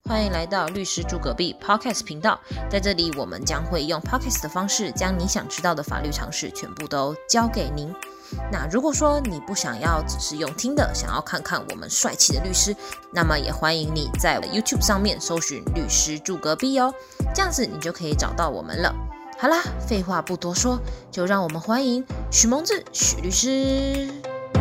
欢迎来到律师住隔壁 Podcast 频道，在这里我们将会用 Podcast 的方式，将你想知道的法律常识全部都教给您。那如果说你不想要只是用听的，想要看看我们帅气的律师，那么也欢迎你在 YouTube 上面搜寻律师住隔壁哦，这样子你就可以找到我们了。好啦，废话不多说，就让我们欢迎许蒙志许律师。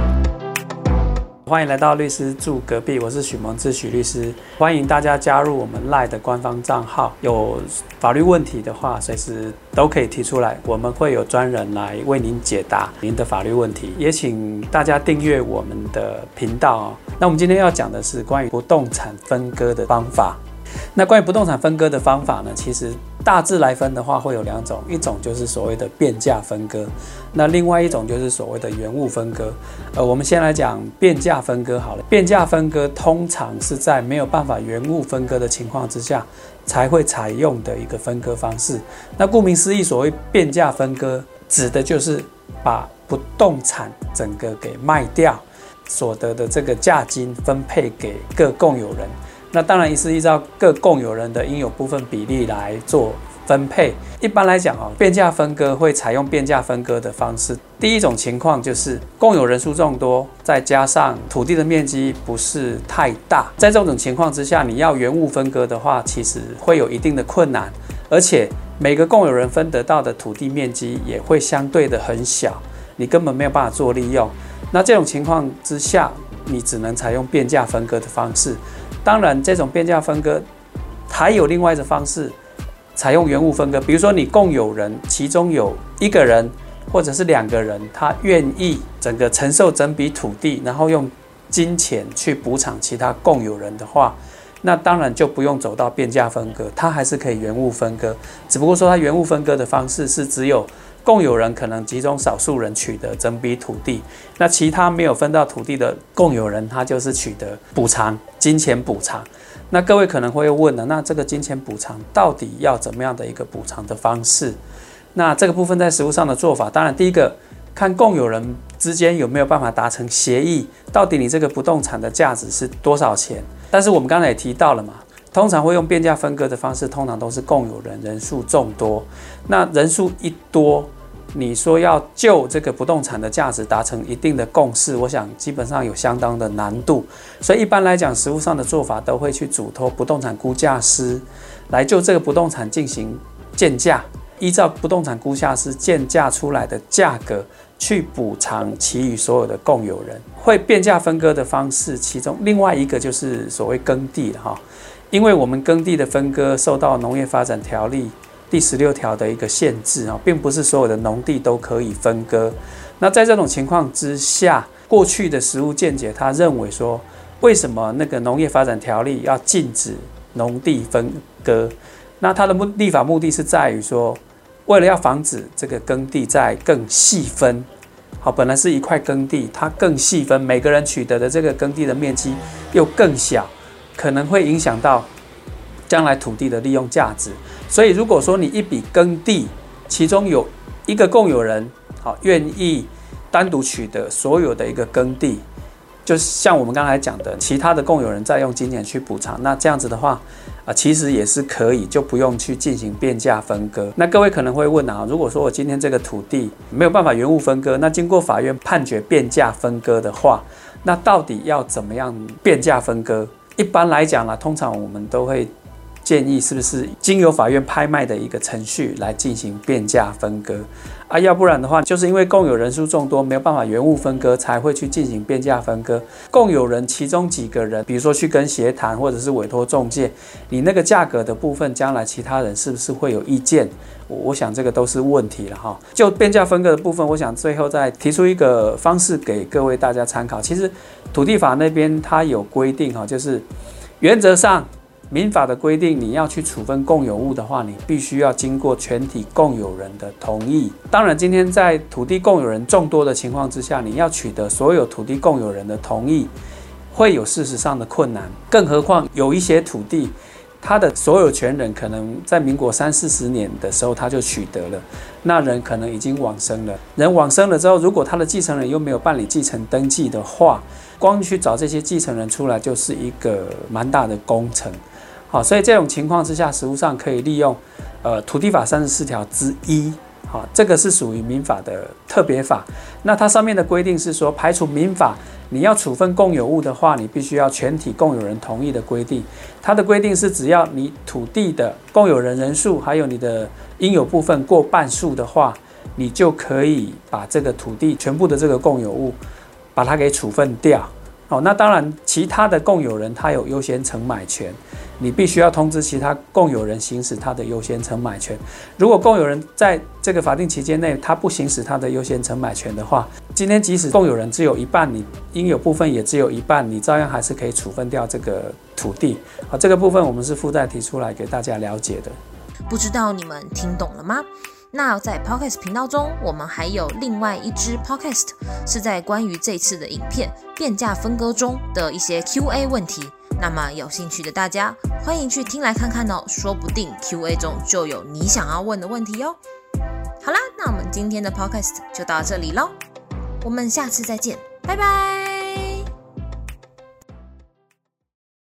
欢迎来到律师住隔壁，我是许蒙志许律师，欢迎大家加入我们 LINE 的官方账号，有法律问题的话随时都可以提出来，我们会有专人来为您解答您的法律问题，也请大家订阅我们的频道哦。那我们今天要讲的是关于不动产分割的方法。那关于不动产分割的方法呢，其实大致来分的话会有两种，一种就是所谓的变价分割，那另外一种就是所谓的原物分割。我们先来讲变价分割好了。变价分割通常是在没有办法原物分割的情况之下才会采用的一个分割方式。那顾名思义，所谓变价分割指的就是把不动产整个给卖掉，所得的这个价金分配给各共有人。那当然是依照各共有人的应有部分比例来做分配。一般来讲变价分割会采用变价分割的方式。第一种情况就是共有人数众多，再加上土地的面积不是太大，在这种情况之下，你要原物分割的话，其实会有一定的困难，而且每个共有人分得到的土地面积也会相对的很小，你根本没有办法做利用。那这种情况之下，你只能采用变价分割的方式。当然，这种变价分割还有另外一种方式，采用原物分割。比如说，你共有人其中有一个人或者是两个人，他愿意整个承受整笔土地，然后用金钱去补偿其他共有人的话，那当然就不用走到变价分割，他还是可以原物分割。只不过说，他原物分割的方式是只有共有人可能其中少数人取得整笔土地，那其他没有分到土地的共有人，他就是取得补偿，金钱补偿。那各位可能会问了，那这个金钱补偿到底要怎么样的一个补偿的方式？那这个部分在实务上的做法，当然第一个看共有人之间有没有办法达成协议，到底你这个不动产的价值是多少钱。但是我们刚才也提到了嘛，通常会用变价分割的方式，通常都是共有人人数众多。那人数一多，你说要就这个不动产的价值达成一定的共识，我想基本上有相当的难度。所以一般来讲，实务上的做法都会去嘱托不动产估价师来就这个不动产进行鉴价，依照不动产估价师鉴价出来的价格去补偿其余所有的共有人。会变价分割的方式，其中另外一个就是所谓耕地了因为我们耕地的分割受到农业发展条例第16条的一个限制并不是所有的农地都可以分割。那在这种情况之下，过去的实务见解他认为说，为什么那个农业发展条例要禁止农地分割？那它的立法目的是在于说，为了要防止这个耕地再更细分，本来是一块耕地，它更细分，每个人取得的这个耕地的面积又更小，可能会影响到将来土地的利用价值。所以如果说你一笔耕地，其中有一个共有人愿意单独取得所有的一个耕地，就像我们刚才讲的，其他的共有人再用金钱去补偿，那这样子的话其实也是可以，就不用去进行变价分割。那各位可能会问如果说我今天这个土地没有办法原物分割，那经过法院判决变价分割的话，那到底要怎么样变价分割？一般来讲通常我们都会建议是不是经由法院拍卖的一个程序来进行变价分割要不然的话，就是因为共有人数众多，没有办法原物分割，才会去进行变价分割。共有人其中几个人，比如说去跟协谈或者是委托仲介，你那个价格的部分，将来其他人是不是会有意见？我想这个都是问题了就变价分割的部分，我想最后再提出一个方式给各位大家参考。其实土地法那边它有规定就是原则上民法的规定，你要去处分共有物的话，你必须要经过全体共有人的同意。当然今天在土地共有人众多的情况之下，你要取得所有土地共有人的同意，会有事实上的困难。更何况有一些土地，他的所有权人可能在民国30-40年的时候他就取得了，那人可能已经往生了。人往生了之后，如果他的继承人又没有办理继承登记的话，光去找这些继承人出来就是一个蛮大的工程。 好，所以这种情况之下，实务上可以利用土地法34条之一。好，这个是属于民法的特别法。那它上面的规定是说，排除民法你要处分共有物的话，你必须要全体共有人同意的规定。它的规定是，只要你土地的共有人人数还有你的应有部分过半数的话，你就可以把这个土地全部的这个共有物把它给处分掉。那当然其他的共有人他有优先承买权，你必须要通知其他共有人行使他的优先承买权。如果共有人在这个法定期间内他不行使他的优先承买权的话，今天即使共有人只有一半，你应有部分也只有一半，你照样还是可以处分掉这个土地。这个部分我们是附带提出来给大家了解的。 不知道你们听懂了吗？那在 Podcast 频道中，我们还有另外一支 Podcast 是在关于这次的影片变价分割中的一些 Q&A 问题。那么有兴趣的大家欢迎去听来看看哦，说不定 Q&A 中就有你想要问的问题哦。好啦，那我们今天的 Podcast 就到这里咯，我们下次再见，拜拜。